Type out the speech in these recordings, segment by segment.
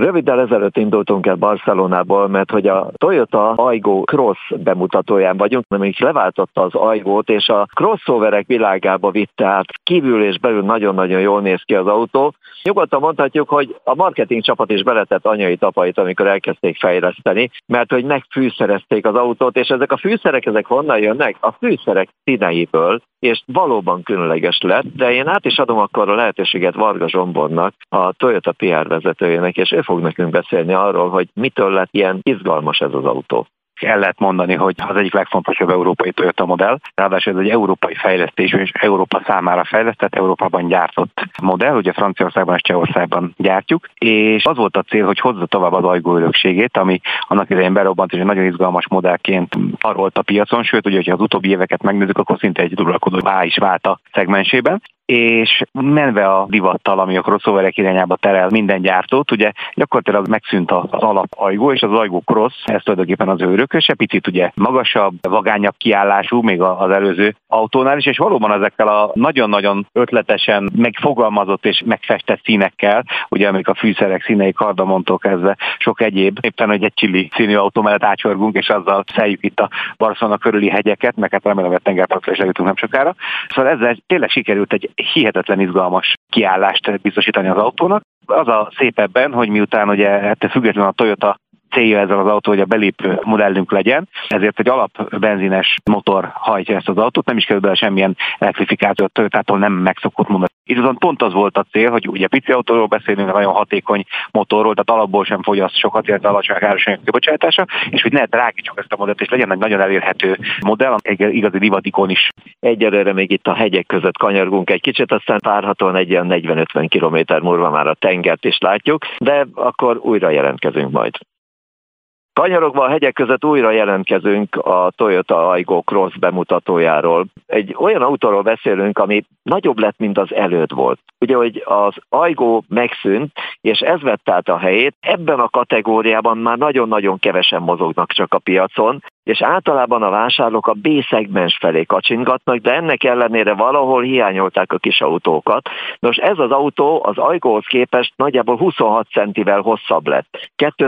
Röviddel ezelőtt indultunk el Barcelonából, mert hogy a Toyota Aygo Cross bemutatóján vagyunk, amelyik leváltotta az Aygót, és a crossoverek világába vitte át. Kívül és belül nagyon-nagyon jól néz ki az autó. Nyugodtan mondhatjuk, hogy a marketing csapat is beletett anyai tapait, amikor elkezdték fejleszteni, mert hogy megfűszerezték az autót, és ezek a fűszerek, ezek honnan jönnek? A fűszerek színeiből, és valóban különleges lett, de én át is adom akkor a lehetőséget Varga Zsombornak, a Toyota PR vezetőjének, és ő fog nekünk beszélni arról, hogy mitől lett ilyen izgalmas ez az autó. El lehet mondani, hogy az egyik legfontosabb európai Toyota modell, ráadásul ez egy európai fejlesztés, és Európa számára fejlesztett, Európában gyártott modell, ugye Franciaországban és Csehországban gyártjuk, és az volt a cél, hogy hozza tovább az Aygo örökségét, ami annak idején berobbant, és egy nagyon izgalmas modellként arolt a piacon, sőt, ugye, hogyha az utóbbi éveket megnézzük, akkor szinte egy uralkodóvá is vált a szegmensében. És menve a divattal, ami a crossoverek irányába terel minden gyártót, ugye gyakorlatilag megszűnt az alap Aygo, és az Aygo Cross, ez tulajdonképpen az ő örököse, picit ugye magasabb, vagányabb kiállású, még az előző autónál is, és valóban ezekkel a nagyon-nagyon ötletesen megfogalmazott és megfestett színekkel, ugye amik a fűszerek színei, kardamontól kezdve sok egyéb, éppen hogy egy chili színű autó mellett ácsorgunk, és azzal szeljük itt a Barcelona körüli hegyeket, meg hát remélem, hogy a tengerpartra is lejutunk nem sokára. Szóval ezzel tényleg sikerült egy hihetetlen izgalmas kiállást biztosítani az autónak. Az a szép ebben, hogy miután ugye ettől függetlenül a Toyota célja ezzel az autó, hogy a belépő modellünk legyen, ezért egy alap benzines motor hajtja ezt az autót, nem is kerül bele semmilyen elektrifikáció, a Toyotától nem megszokott motor. Itt azon pont az volt a cél, hogy ugye pici autóról beszélünk, nagyon hatékony motorról, tehát alapból sem fogyaszt sokat, illetve alacsony károsanyag kibocsátása, és hogy ne drágítsuk ezt a modellt, és legyen egy nagyon elérhető modell, egy igazi divatikon is. Egyelőre még itt a hegyek között kanyargunk egy kicsit, aztán várhatóan egy ilyen 40-50 kilométer múlva már a tengert is látjuk, de akkor újra jelentkezünk majd. Kanyarogva a hegyek között újra jelentkezünk a Toyota Aygo Cross bemutatójáról. Egy olyan autóról beszélünk, ami nagyobb lett, mint az előtt volt. Ugye, hogy az Aygo megszűnt, és ez vett át a helyét. Ebben a kategóriában már nagyon-nagyon kevesen mozognak csak a piacon, és általában a vásárlók a B-szegmens felé kacsingatnak, de ennek ellenére valahol hiányolták a kis autókat. Nos, ez az autó az Aygohoz képest nagyjából 26 centivel hosszabb lett.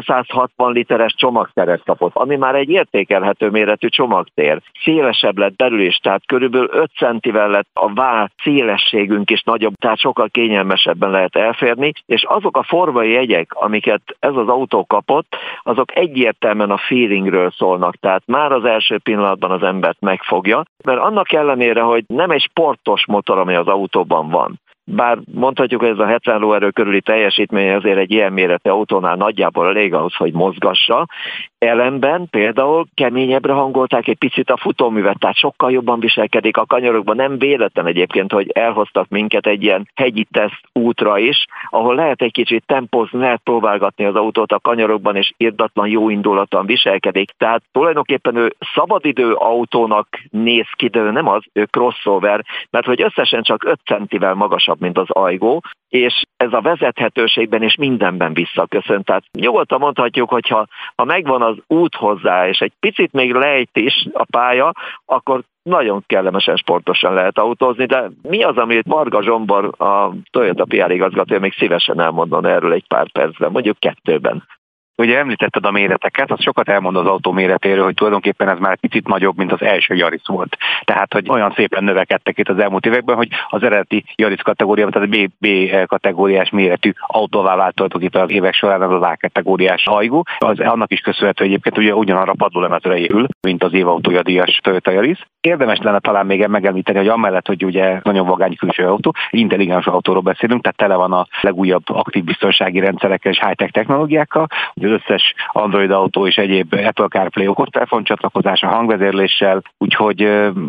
260 literes csomagteret kapott, ami már egy értékelhető méretű csomagtér. Szélesebb lett belül is, tehát körülbelül 5 centivel lett a vár szélességünk is nagyobb, tehát sokkal kényelmesebben lehet elférni, és azok a formai jegyek, amiket ez az autó kapott, azok egyértelműen a feelingről szólnak, tehát már az első pillanatban az embert megfogja, mert annak ellenére, hogy nem egy sportos motor, ami az autóban van, bár mondhatjuk, hogy ez a 70 lóerő körüli teljesítmény azért egy ilyen méretű autónál nagyjából elég ahhoz, hogy mozgassa. Ellenben például keményebbre hangolták egy picit a futóművet, tehát sokkal jobban viselkedik a kanyarokban. Nem véletlen egyébként, hogy elhoztak minket egy ilyen hegyi teszt útra is, ahol lehet egy kicsit tempózni, lehet próbálgatni az autót a kanyarokban, és irdatlan, jó indulatan viselkedik. Tehát tulajdonképpen ő szabadidő autónak néz ki, de ő nem az, ő crossover, mert hogy összesen csak 5 centivel magasabb, mint az Aygo, és ez a vezethetőségben és mindenben visszaköszön. Tehát nyugodtan mondhatjuk, hogy ha megvan az út hozzá, és egy picit még lejt is a pálya, akkor nagyon kellemesen, sportosan lehet autózni, de mi az, amit Varga Zsombor, a Toyota PR igazgatója még szívesen elmondana erről egy pár percben, mondjuk 2-ben? Ugye említetted a méreteket, az sokat elmond az autó méretéről, hogy tulajdonképpen ez már egy picit nagyobb, mint az első Yaris volt. Tehát, hogy olyan szépen növekedtek itt az elmúlt években, hogy az eredeti Yaris kategóriában, tehát B kategóriás méretű autóvá vált tulajdonképpen az évek során az A kategóriás Aygo. Az annak is köszönhető egyébként, ugye ugyanarra a padlólemezre épül, mint az évautója díjas Toyota Yaris. Érdemes lenne talán még megemlíteni, hogy amellett, hogy ugye nagyon vagány külső autó, egy intelligens autóról beszélünk, tehát tele van a legújabb aktív biztonsági rendszerekkel és high-tech technológiákkal. Az összes Android autó és egyéb Apple CarPlay okostelefon csatlakozása hangvezérléssel, úgyhogy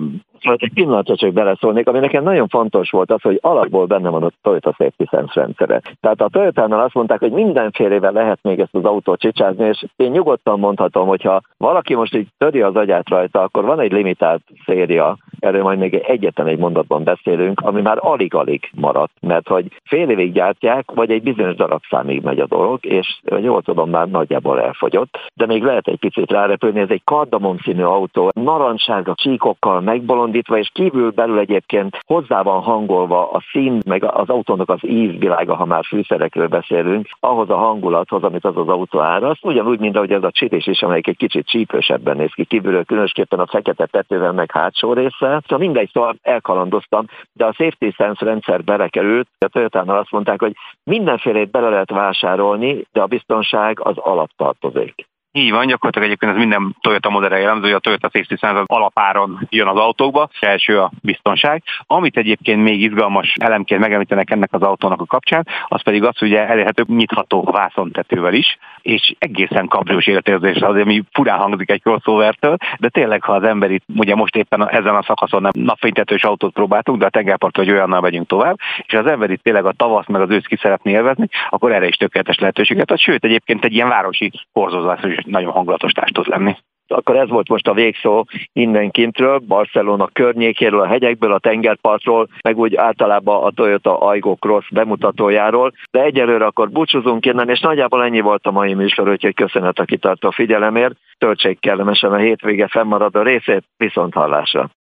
egy pillanatra csak beleszólnék, ami nekem nagyon fontos volt az, hogy alapból benne van a Toyota Safety Sense rendszere. Tehát a Toyotánál azt mondták, hogy mindenfélevel lehet még ezt az autót csicsázni, és én nyugodtan mondhatom, hogyha valaki most így töri az agyát rajta, akkor van egy limitált széria erről majd még egyetlen egy mondatban beszélünk, ami már alig-alig maradt, mert hogy fél évig gyártják, vagy egy bizonyos darabszámig megy a dolog, és jól tudom, már nagyjából elfogyott, de még lehet egy picit rárepülni, ez egy kardamom színű autó, narancssárga csíkokkal megbolondítva, és kívül-belül egyébként hozzá van hangolva a szín, meg az autónak az ívvilága, ha már fűszerekről beszélünk, ahhoz a hangulathoz, amit az autó áraszt, ugyanúgy, mint ahogy ez a Csilis is, amelyik egy kicsit csípősebben néz ki kívülről, különösképpen a fekete tetővel, meg hátsó résszel. Szóval mindegy, szóval elkalandoztam, de a Safety Sense rendszer belekerült, a Toyotánál azt mondták, hogy mindenfélét bele lehet vásárolni, de a biztonság az alaptartozék. Így van, gyakorlatilag egyébként ez minden Toyota modellre jellemző, hogy a Toyota Safety Sense az alapáron jön az autókba, első a biztonság. Amit egyébként még izgalmas elemként megemlítenek ennek az autónak a kapcsán, az pedig az, hogy ugye elérhető nyitható vászontetővel is, és egészen kabriós életérzés, azért mi furán hangzik egy crossovertől, de tényleg, ha az ember itt, ugye most éppen ezen a szakaszon nem napfénytetős autót próbáltunk, de a tengerparton, hogy olyannal megyünk tovább, és az ember itt tényleg a tavasz meg az ősz ki szeretné élvezni, akkor erre is tökéletes lehetőséget ad, sőt egyébként egy ilyen városi horzózás is nagyon hangulatos társ tud lenni. Akkor ez volt most a végszó innen kintről, Barcelona környékéről, a hegyekből, a tengerpartról, meg úgy általában a Toyota Aygo Cross bemutatójáról, de egyelőre akkor búcsúzunk innen, és nagyjából ennyi volt a mai műsor, úgyhogy köszönet a kitartó figyelemért, töltsék kellemesen a hétvége fennmaradó részét, viszont hallásra!